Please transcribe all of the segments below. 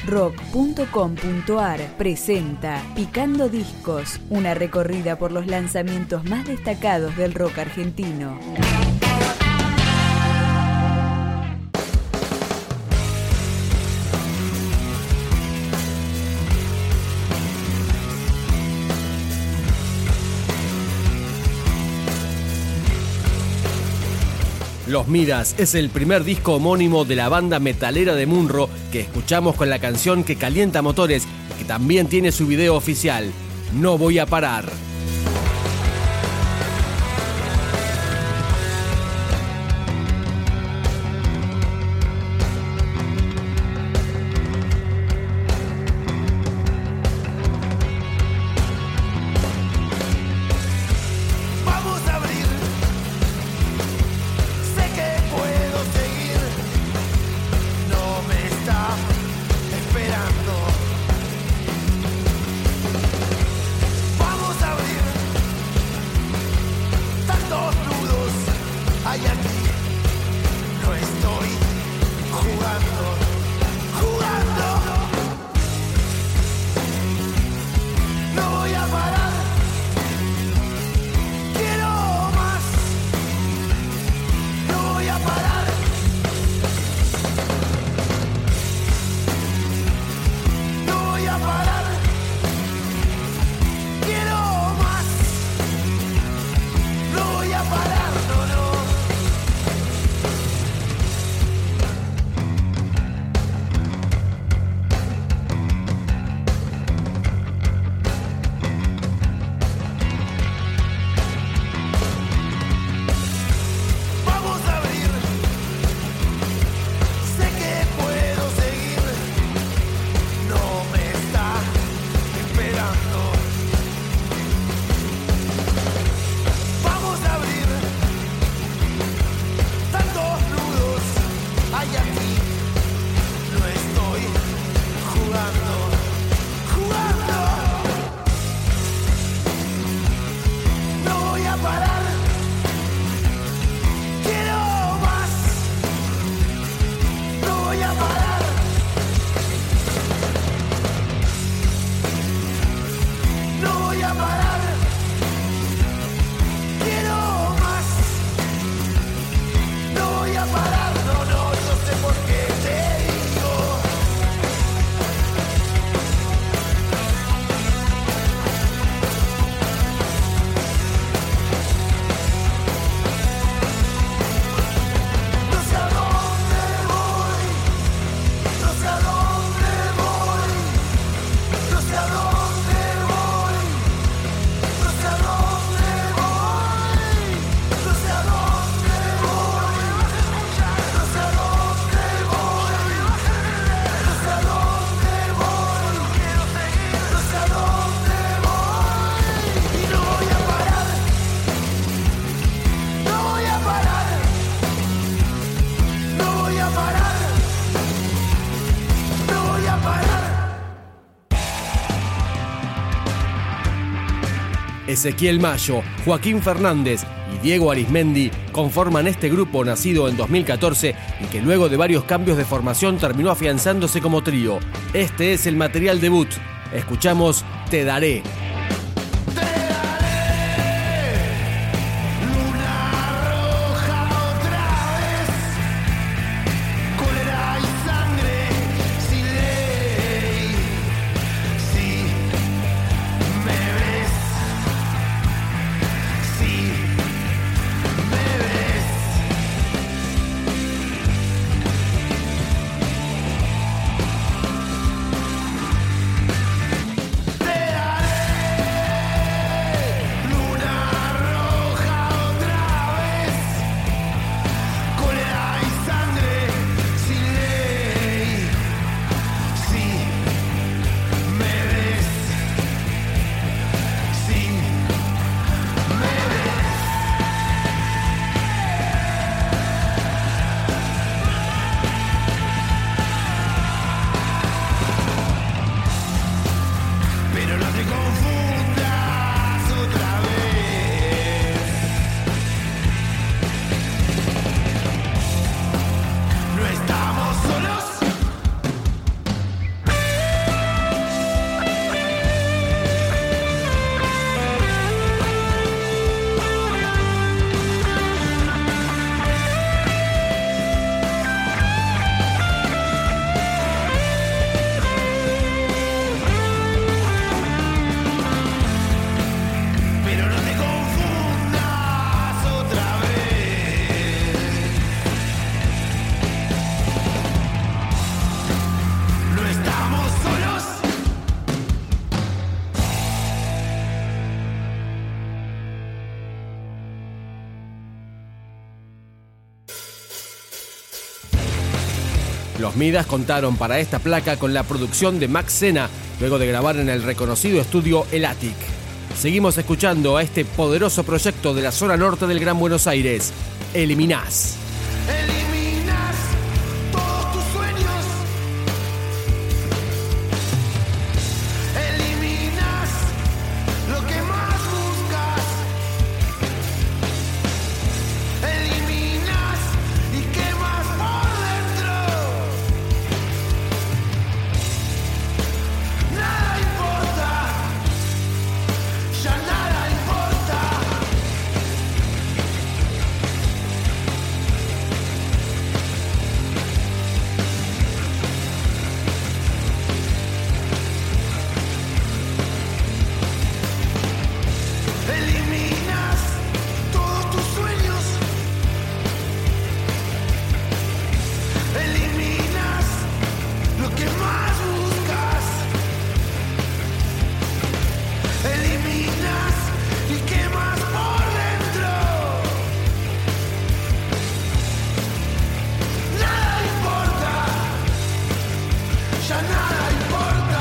rock.com.ar presenta Picando Discos, una recorrida por los lanzamientos más destacados del rock argentino. Los Miras es el primer disco homónimo de la banda metalera de Munro que escuchamos con la canción que calienta motores y que también tiene su video oficial, No Voy a Parar. Ezequiel Mayo, Joaquín Fernández y Diego Arismendi conforman este grupo nacido en 2014 y que luego de varios cambios de formación terminó afianzándose como trío. Este es el material debut. Escuchamos Te Daré. Te daré Los Midas contaron para esta placa con la producción de Max Sena, luego de grabar en el reconocido estudio El Attic. Seguimos escuchando a este poderoso proyecto de la zona norte del Gran Buenos Aires, Eliminás. Eliminas todos tus sueños. Eliminas lo que más buscas. Eliminas y quemas por dentro. Nada importa. Ya nada importa. Eliminas todos tus sueños. Eliminas lo que más buscas. Eliminas y quemas por dentro. Nada importa. Ya nada importa.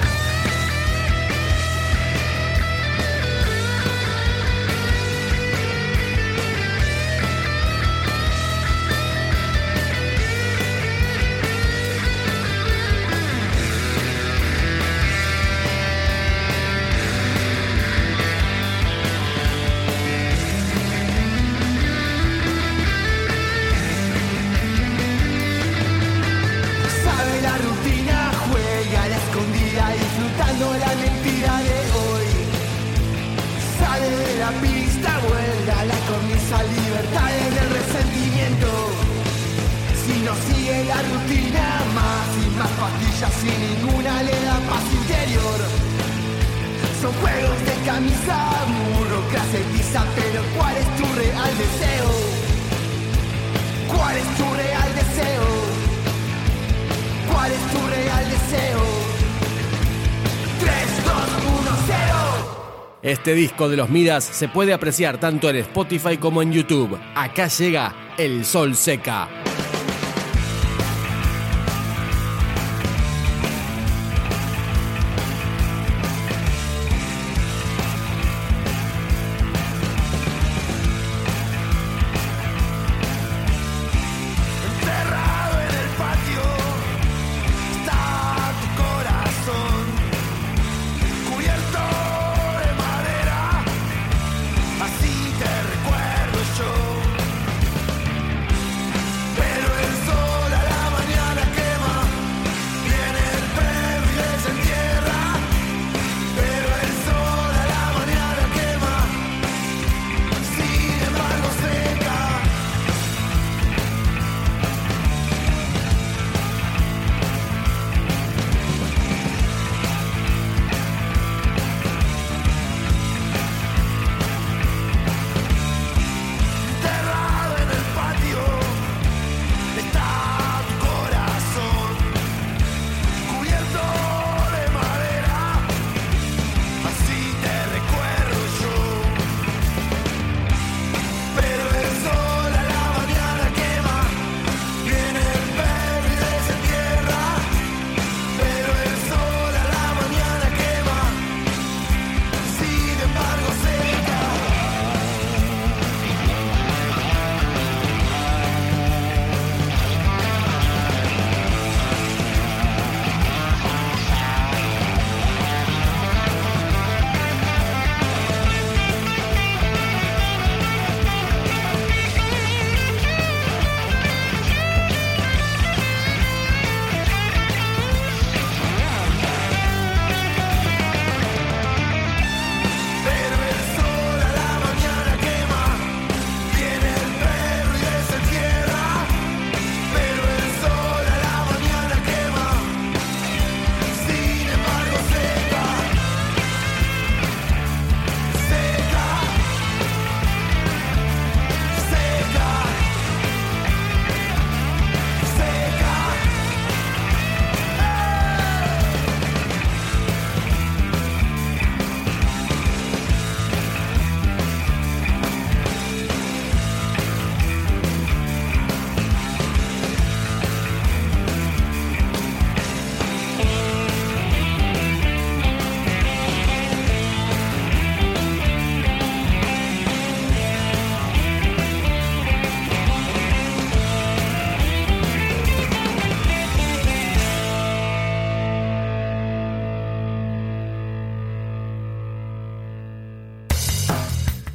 Sabe la rutina, juega a la escondida, disfrutando la mentira de hoy. Sale de la pista, vuelve a la cornisa, libertad en el resentimiento. Si no sigue la rutina, más y más pastillas y ninguna le da paz interior. Son juegos de camisa, burocracia y tiza, pero ¿cuál es tu real deseo? ¿Cuál es tu real deseo? ¿Cuál es tu real deseo? 3, 2, 1, 0. Este disco de Los Midas se puede apreciar tanto en Spotify como en YouTube. Acá llega El Sol Seca. Enterrado en el patio está tu corazón, cubierto de madera, así te recuerdo yo.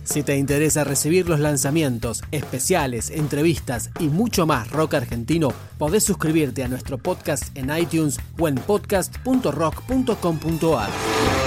Si te interesa recibir los lanzamientos, especiales, entrevistas y mucho más rock argentino, podés suscribirte a nuestro podcast en iTunes o en podcast.rock.com.ar.